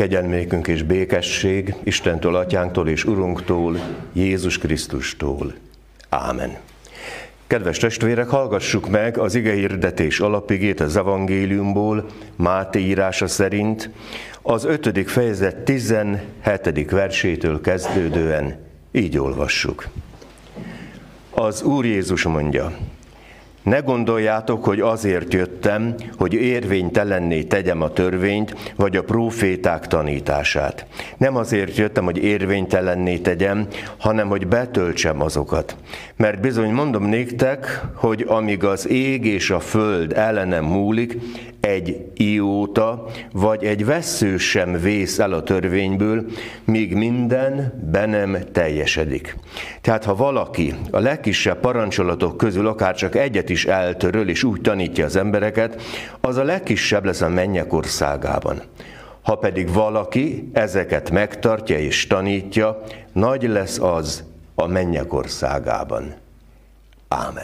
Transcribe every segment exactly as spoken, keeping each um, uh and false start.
Kegyelmékünk és békesség Istentől, Atyánktól és Urunktól, Jézus Krisztustól. Ámen. Kedves testvérek, hallgassuk meg az igehirdetés alapigét az evangéliumból, Máté írása szerint, az ötödik fejezet tizenhetedik versétől kezdődően. Így olvassuk. Az Úr Jézus mondja: ne gondoljátok, hogy azért jöttem, hogy érvénytelenné tegyem a törvényt, vagy a próféták tanítását. Nem azért jöttem, hogy érvénytelenné tegyem, hanem hogy betöltsem azokat. Mert bizony mondom néktek, hogy amíg az ég és a föld ellenem múlik, egy ióta, vagy egy vessző sem vész el a törvényből, míg minden be nem teljesedik. Tehát ha valaki a legkisebb parancsolatok közül akár csak egyet is eltöröl, és úgy tanítja az embereket, az a legkisebb lesz a mennyek országában. Ha pedig valaki ezeket megtartja és tanítja, nagy lesz az a mennyek országában. Ámen.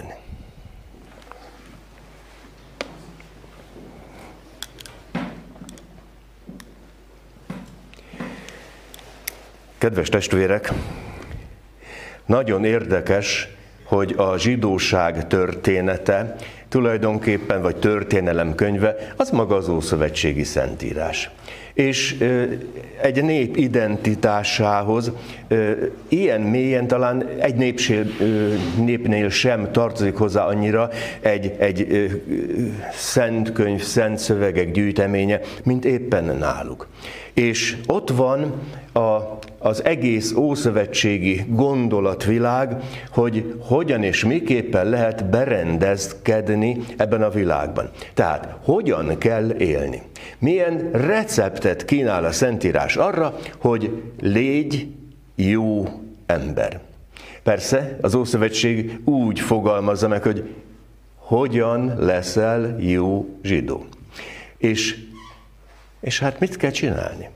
Kedves testvérek, nagyon érdekes, hogy a zsidóság története tulajdonképpen, vagy történelemkönyve, az maga az ószövetségi szentírás. És egy nép identitásához ilyen mélyen talán egy népség, népnél sem tartozik hozzá annyira egy, egy szent könyv, szent szövegek gyűjteménye, mint éppen náluk. És ott van a, az egész ószövetségi gondolatvilág, hogy hogyan és miképpen lehet berendezkedni ebben a világban. Tehát hogyan kell élni. Milyen receptet kínál a Szentírás arra, hogy légy jó ember. Persze az Ószövetség úgy fogalmazza meg, hogy hogyan leszel jó zsidó. És, és hát mit kell csinálni?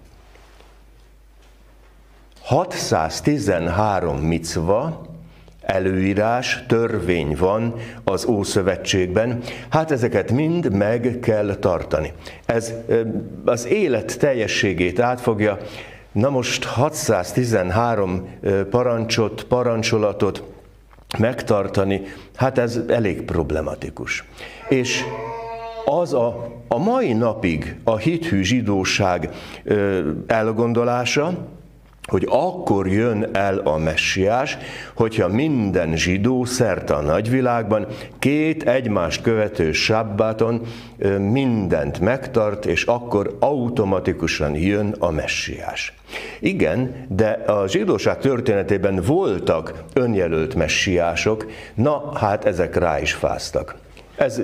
hatszáztizenhárom micva, előírás, törvény van az Ószövetségben, hát ezeket mind meg kell tartani. Ez az élet teljességét átfogja. Na most hatszáztizenhárom parancsot, parancsolatot megtartani, hát ez elég problematikus. És az a, a mai napig a hithű zsidóság elgondolása, hogy akkor jön el a messiás, hogyha minden zsidó szerte a nagyvilágban két egymást követő sabbáton mindent megtart, és akkor automatikusan jön a messiás. Igen, de a zsidóság történetében voltak önjelölt messiások, na hát ezek rá is fáztak. Ez...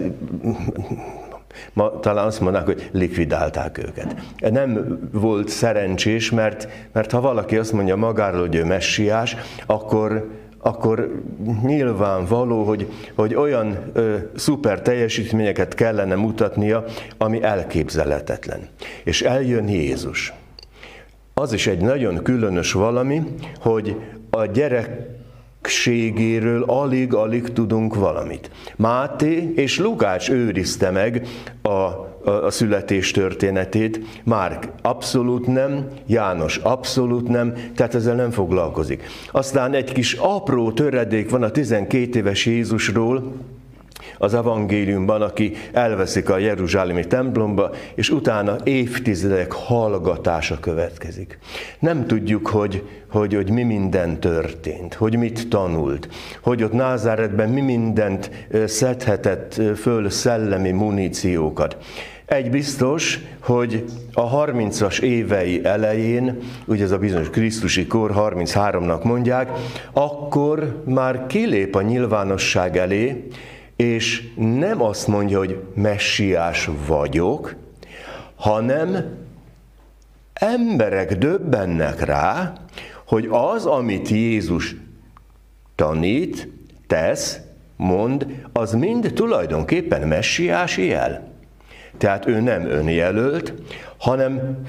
Ma talán azt mondanák, hogy likvidálták őket. Nem volt szerencsés, mert, mert ha valaki azt mondja magáról, hogy ő messiás, akkor, akkor nyilvánvaló, hogy, hogy olyan ö, szuper teljesítményeket kellene mutatnia, ami elképzelhetetlen. És eljön Jézus. Az is egy nagyon különös valami, hogy a gyerek ségéről alig-alig tudunk valamit. Máté és Lukács őrizte meg a, a, a születés történetét, Márk abszolút nem, János abszolút nem, tehát ezzel nem foglalkozik. Aztán egy kis apró töredék van a tizenkét éves Jézusról, az evangéliumban, aki elveszik a jeruzsálemi templomba, és utána évtizedek hallgatása következik. Nem tudjuk, hogy, hogy, hogy mi minden történt, hogy mit tanult, hogy ott Názáretben mi mindent szedhetett föl szellemi muníciókat. Egy biztos, hogy a harmincas évei elején, ugye ez a bizonyos krisztusi kor, harmincháromnak mondják, akkor már kilép a nyilvánosság elé, és nem azt mondja, hogy messiás vagyok, hanem emberek döbbennek rá, hogy az, amit Jézus tanít, tesz, mond, az mind tulajdonképpen messiási jel. Tehát ő nem önjelölt, hanem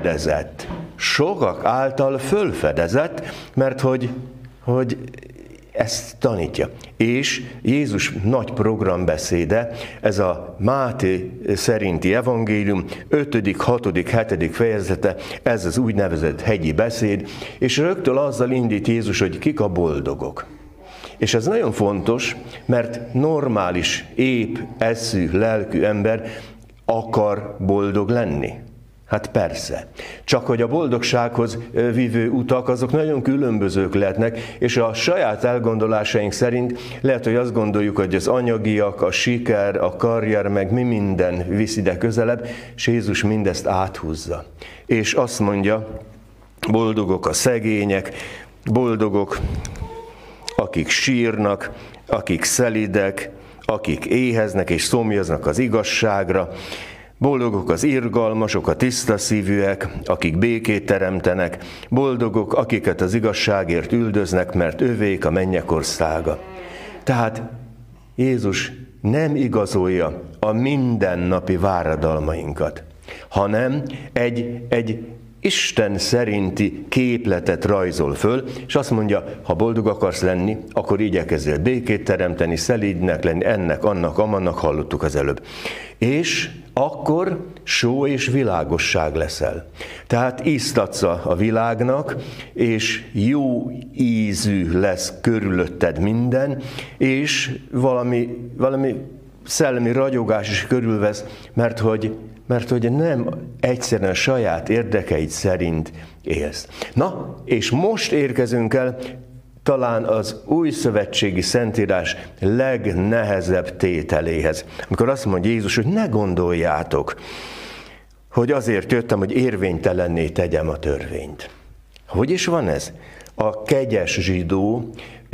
fölfedezett, sokak által fölfedezett, mert hogy, hogy ezt tanítja. És Jézus nagy programbeszéde, ez a Máté szerinti evangélium, ötödik, hatodik, hetedik fejezete, ez az úgynevezett hegyi beszéd, és rögtön azzal indít Jézus, hogy kik a boldogok. És ez nagyon fontos, mert normális, épp, eszű, lelkű ember akar boldog lenni. Hát persze. Csak hogy a boldogsághoz vívő utak, azok nagyon különbözők lehetnek, és a saját elgondolásaink szerint lehet, hogy azt gondoljuk, hogy az anyagiak, a siker, a karrier, meg mi minden visz ide közelebb, és Jézus mindezt áthúzza. És azt mondja, boldogok a szegények, boldogok, akik sírnak, akik szelidek, akik éheznek és szomjaznak az igazságra, boldogok az irgalmasok, a tiszta szívűek, akik békét teremtenek, boldogok, akiket az igazságért üldöznek, mert övék a mennyek országa. Tehát Jézus nem igazolja a mindennapi váradalmainkat, hanem egy, egy Isten szerinti képletet rajzol föl, és azt mondja, ha boldog akarsz lenni, akkor igyekezzél békét teremteni, szelídnek lenni, ennek, annak, amannak, hallottuk az előbb. És akkor só és világosság leszel. Tehát íztatsz a világnak, és jó ízű lesz körülötted minden, és valami, valami szellemi ragyogás is körülvesz, mert hogy mert hogy nem egyszerűen a saját érdekeid szerint élsz. Na, és most érkezünk el talán az új szövetségi szentírás legnehezebb tételéhez. Amikor azt mondja Jézus, hogy ne gondoljátok, hogy azért jöttem, hogy érvénytelenné tegyem a törvényt. Hogy is van ez? A kegyes zsidó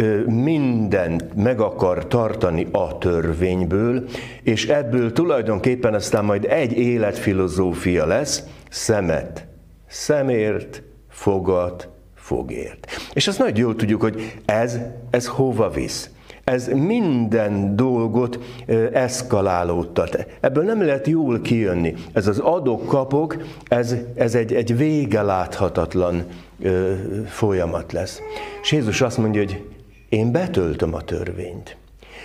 mindent meg akar tartani a törvényből, és ebből tulajdonképpen aztán majd egy életfilozófia lesz, szemet szemért, fogat fogért. És azt nagyon jól tudjuk, hogy ez, ez hova visz. Ez minden dolgot eszkalálódtat. Ebből nem lehet jól kijönni. Ez az adok-kapok, ez, ez egy, egy vége láthatatlan ö, folyamat lesz. És Jézus azt mondja, hogy én betöltöm a törvényt.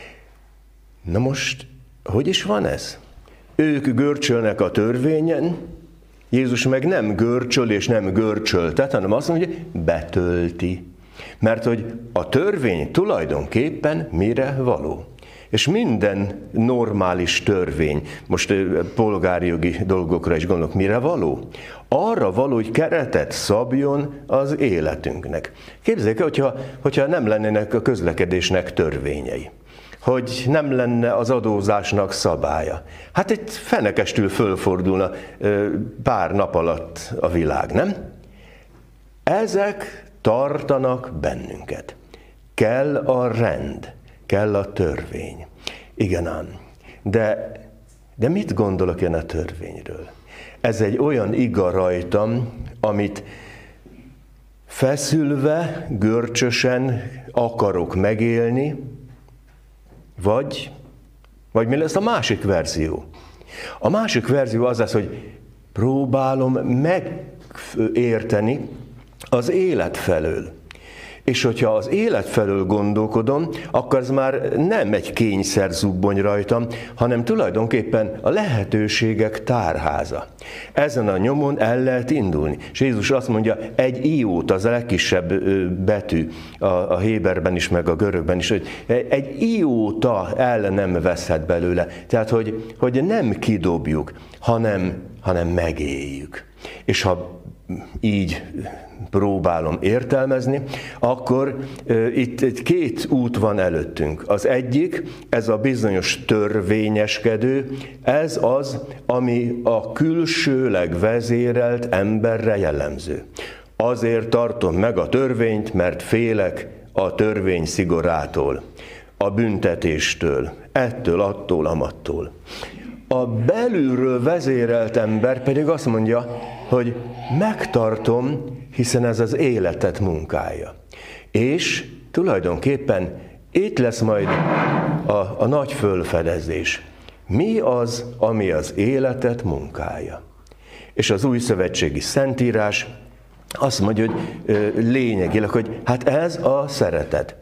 Na most, hogy is van ez? Ők görcsölnek a törvényen, Jézus meg nem görcsöl és nem görcsöltet, hanem azt mondja, hogy betölti. Mert hogy a törvény tulajdonképpen mire való? És minden normális törvény, most polgári jogi dolgokra is gondolok, mire való? Arra való, hogy keretet szabjon az életünknek. Képzeljék el, hogyha, hogyha nem lennének a közlekedésnek törvényei, hogy nem lenne az adózásnak szabálya. Hát egy fenekestül fölfordulna pár nap alatt a világ, nem? Ezek tartanak bennünket. Kell a rend, kell a törvény. Igen ám. De, de mit gondolok én a törvényről? Ez egy olyan iga rajtam, amit feszülve, görcsösen akarok megélni, vagy, vagy mi lesz a másik verzió? A másik verzió az lesz, hogy próbálom megérteni az élet felől. És hogyha az élet felől gondolkodom, akkor ez már nem egy kényszer zubbony rajtam, hanem tulajdonképpen a lehetőségek tárháza. Ezen a nyomon el lehet indulni. És Jézus azt mondja, egy ióta, az a legkisebb betű a, a héberben is, meg a görögben is, hogy egy ióta el nem veszhet belőle. Tehát, hogy, hogy nem kidobjuk, hanem, hanem megéljük. És ha így próbálom értelmezni, akkor e, itt két út van előttünk. Az egyik, ez a bizonyos törvényeskedő, ez az, ami a külsőleg vezérelt emberre jellemző. Azért tartom meg a törvényt, mert félek a törvény szigorától, a büntetéstől, ettől, attól, amattól. A belülről vezérelt ember pedig azt mondja, hogy megtartom, hiszen ez az életet munkája. És tulajdonképpen itt lesz majd a, a nagy fölfedezés. Mi az, ami az életet munkája? És az új szövetségi szentírás azt mondja, hogy lényegileg, hogy hát ez a szeretet.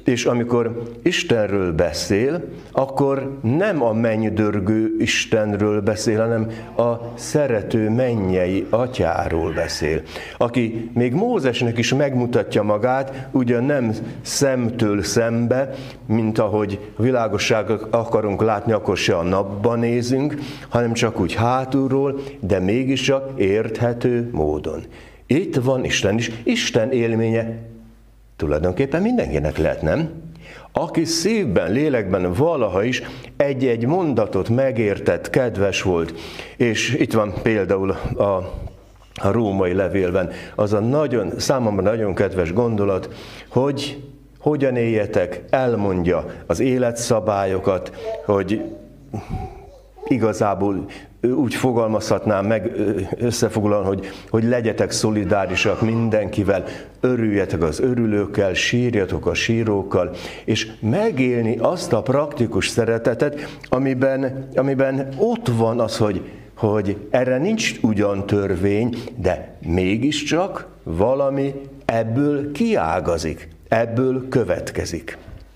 És amikor Istenről beszél, akkor nem a mennydörgő Istenről beszél, hanem a szerető mennyei atyáról beszél, aki még Mózesnek is megmutatja magát, ugyan nem szemtől szembe, mint ahogy világosságot akarunk látni, akkor se a napban nézünk, hanem csak úgy hátulról, de mégiscsak érthető módon. Itt van Isten is, Isten élménye tulajdonképpen mindenkinek lehet, nem? Aki szívben, lélekben valaha is egy-egy mondatot megértett, kedves volt, és itt van például a, a római levélben az a nagyon, számomra nagyon kedves gondolat, hogy hogyan éljetek, elmondja az életszabályokat, hogy igazából úgy fogalmazhatnám meg összefoglalni, hogy, hogy legyetek szolidárisak mindenkivel, örüljetek az örülőkkel, sírjatok a sírókkal, és megélni azt a praktikus szeretetet, amiben, amiben ott van az, hogy, hogy erre nincs ugyan törvény, de mégiscsak valami ebből kiágazik, ebből következik.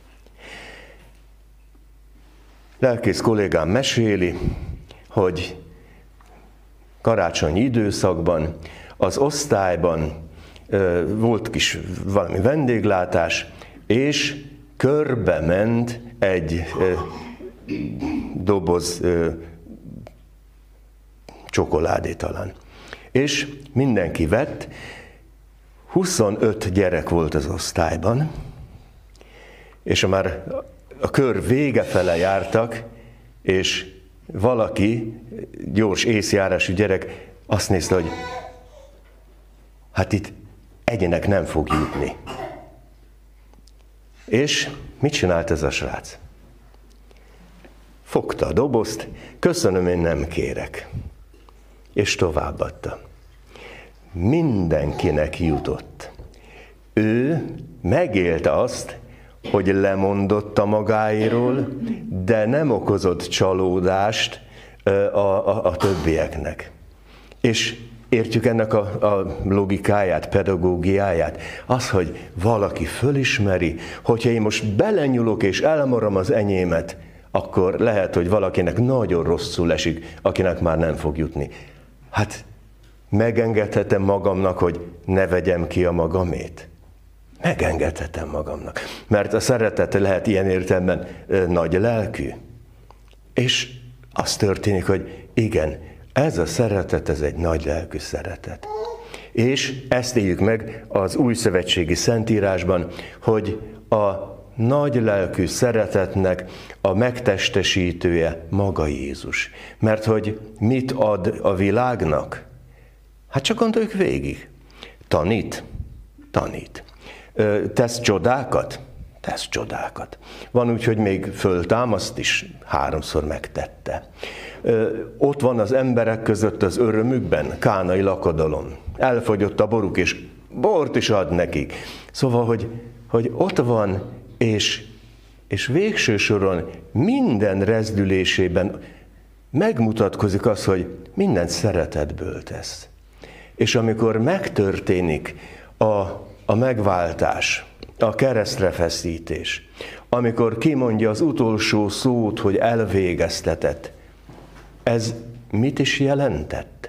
Lelkész kollégám meséli, hogy karácsonyi időszakban az osztályban ö, volt kis valami vendéglátás, és körbe ment egy ö, doboz ö, csokoládé talán. És mindenki vett, huszonöt gyerek volt az osztályban, és már a kör vége fele jártak, és valaki, gyors észjárású gyerek azt nézte, hogy hát itt egyenek nem fog jutni. És mit csinált ez a srác? Fogta a dobozt, köszönöm, én nem kérek. És továbbadta. Mindenkinek jutott. Ő megélte azt, hogy lemondotta magáéról, de nem okozott csalódást a, a, a többieknek. És értjük ennek a, a logikáját, pedagógiáját. Az, hogy valaki fölismeri, hogyha én most belenyúlok és elmarom az enyémet, akkor lehet, hogy valakinek nagyon rosszul esik, akinek már nem fog jutni. Hát megengedhetem magamnak, hogy ne vegyem ki a magamét. Megengedhetem magamnak. Mert a szeretet lehet ilyen értelemben nagy lelkű. És az történik, hogy igen, ez a szeretet, ez egy nagy lelkű szeretet. És ezt éljük meg az új szövetségi szentírásban, hogy a nagy lelkű szeretetnek a megtestesítője maga Jézus. Mert hogy mit ad a világnak? Hát csak gondoljuk végig. Tanít? Tanít. Tesz csodákat? Tesz csodákat. Van úgy, hogy még föltámaszt is, háromszor megtette. Ott van az emberek között az örömükben, kánai lakodalom. Elfogyott a boruk, és bort is ad nekik. Szóval, hogy, hogy ott van, és, és végső soron minden rezdülésében megmutatkozik az, hogy mindent szeretetből tesz. És amikor megtörténik a, a megváltás, a keresztre feszítés, amikor kimondja az utolsó szót, hogy elvégeztetett, ez mit is jelentett?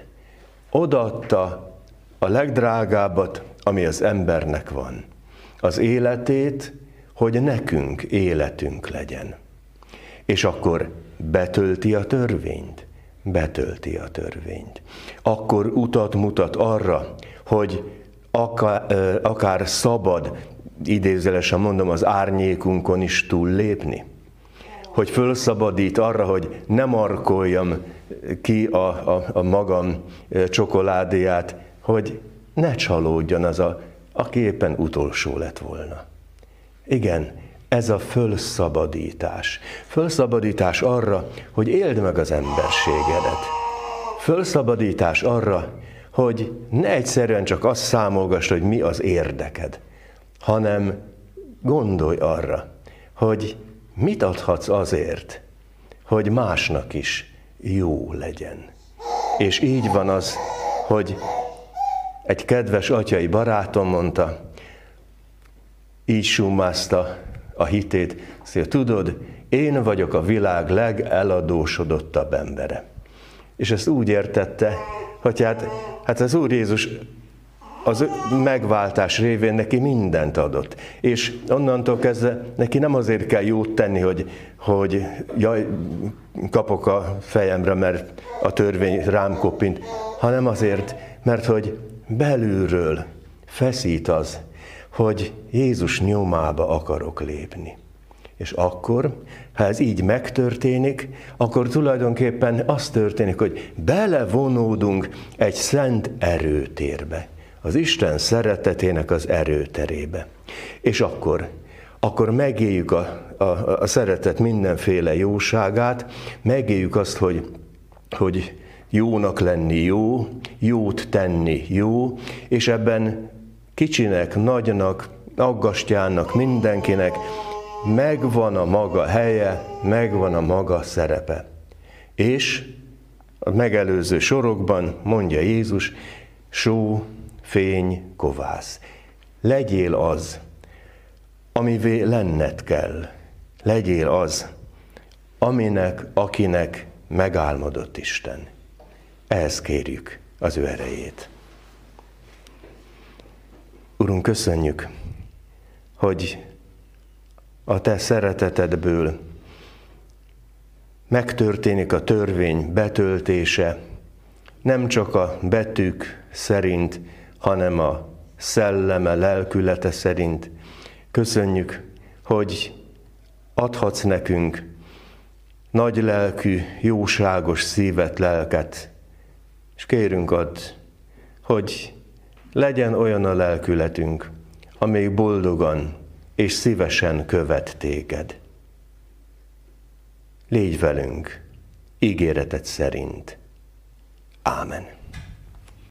Odaadta a legdrágábbat, ami az embernek van. Az életét, hogy nekünk életünk legyen. És akkor betölti a törvényt. Betölti a törvényt. Akkor utat mutat arra, hogy akár, akár szabad, idézőjelesen mondom, az árnyékunkon is túllépni. Hogy fölszabadít arra, hogy ne markoljam ki a, a, a magam csokoládéját, hogy ne csalódjon az, a, aki éppen utolsó lett volna. Igen, ez a fölszabadítás. Fölszabadítás arra, hogy éld meg az emberségedet. Fölszabadítás arra, hogy ne egyszerűen csak azt számolgass, hogy mi az érdeked, hanem gondolj arra, hogy mit adhatsz azért, hogy másnak is jó legyen. És így van az, hogy egy kedves atyai barátom mondta, így summázta a hitét. Azt mondja, tudod, én vagyok a világ legeladósodottabb embere. És ezt úgy értette, hogy hát, hát az Úr Jézus az megváltás révén neki mindent adott. És onnantól kezdve neki nem azért kell jót tenni, hogy, hogy jaj, kapok a fejemre, mert a törvény rám koppint, hanem azért, mert hogy belülről feszít az, hogy Jézus nyomába akarok lépni. És akkor, ha ez így megtörténik, akkor tulajdonképpen az történik, hogy belevonódunk egy szent erőtérbe, az Isten szeretetének az erőterébe. És akkor, akkor megéljük a, a, a szeretet mindenféle jóságát, megéljük azt, hogy, hogy jónak lenni jó, jót tenni jó, és ebben kicsinek, nagynak, aggastyának, mindenkinek megvan a maga helye, megvan a maga szerepe. És a megelőző sorokban mondja Jézus, só, fény, kovász. Legyél az, amivé lenned kell. Legyél az, aminek, akinek megálmodott Isten. Ehhez kérjük az ő erejét. Urunk, köszönjük, hogy a te szeretetedből megtörténik a törvény betöltése, nem csak a betűk szerint, hanem a szelleme, lelkülete szerint. Köszönjük, hogy adhatsz nekünk nagy lelkű, jóságos szívet, lelket, és kérünk add, hogy legyen olyan a lelkületünk, amelyik boldogan és szívesen követ téged. Légy velünk, ígéreted szerint. Ámen.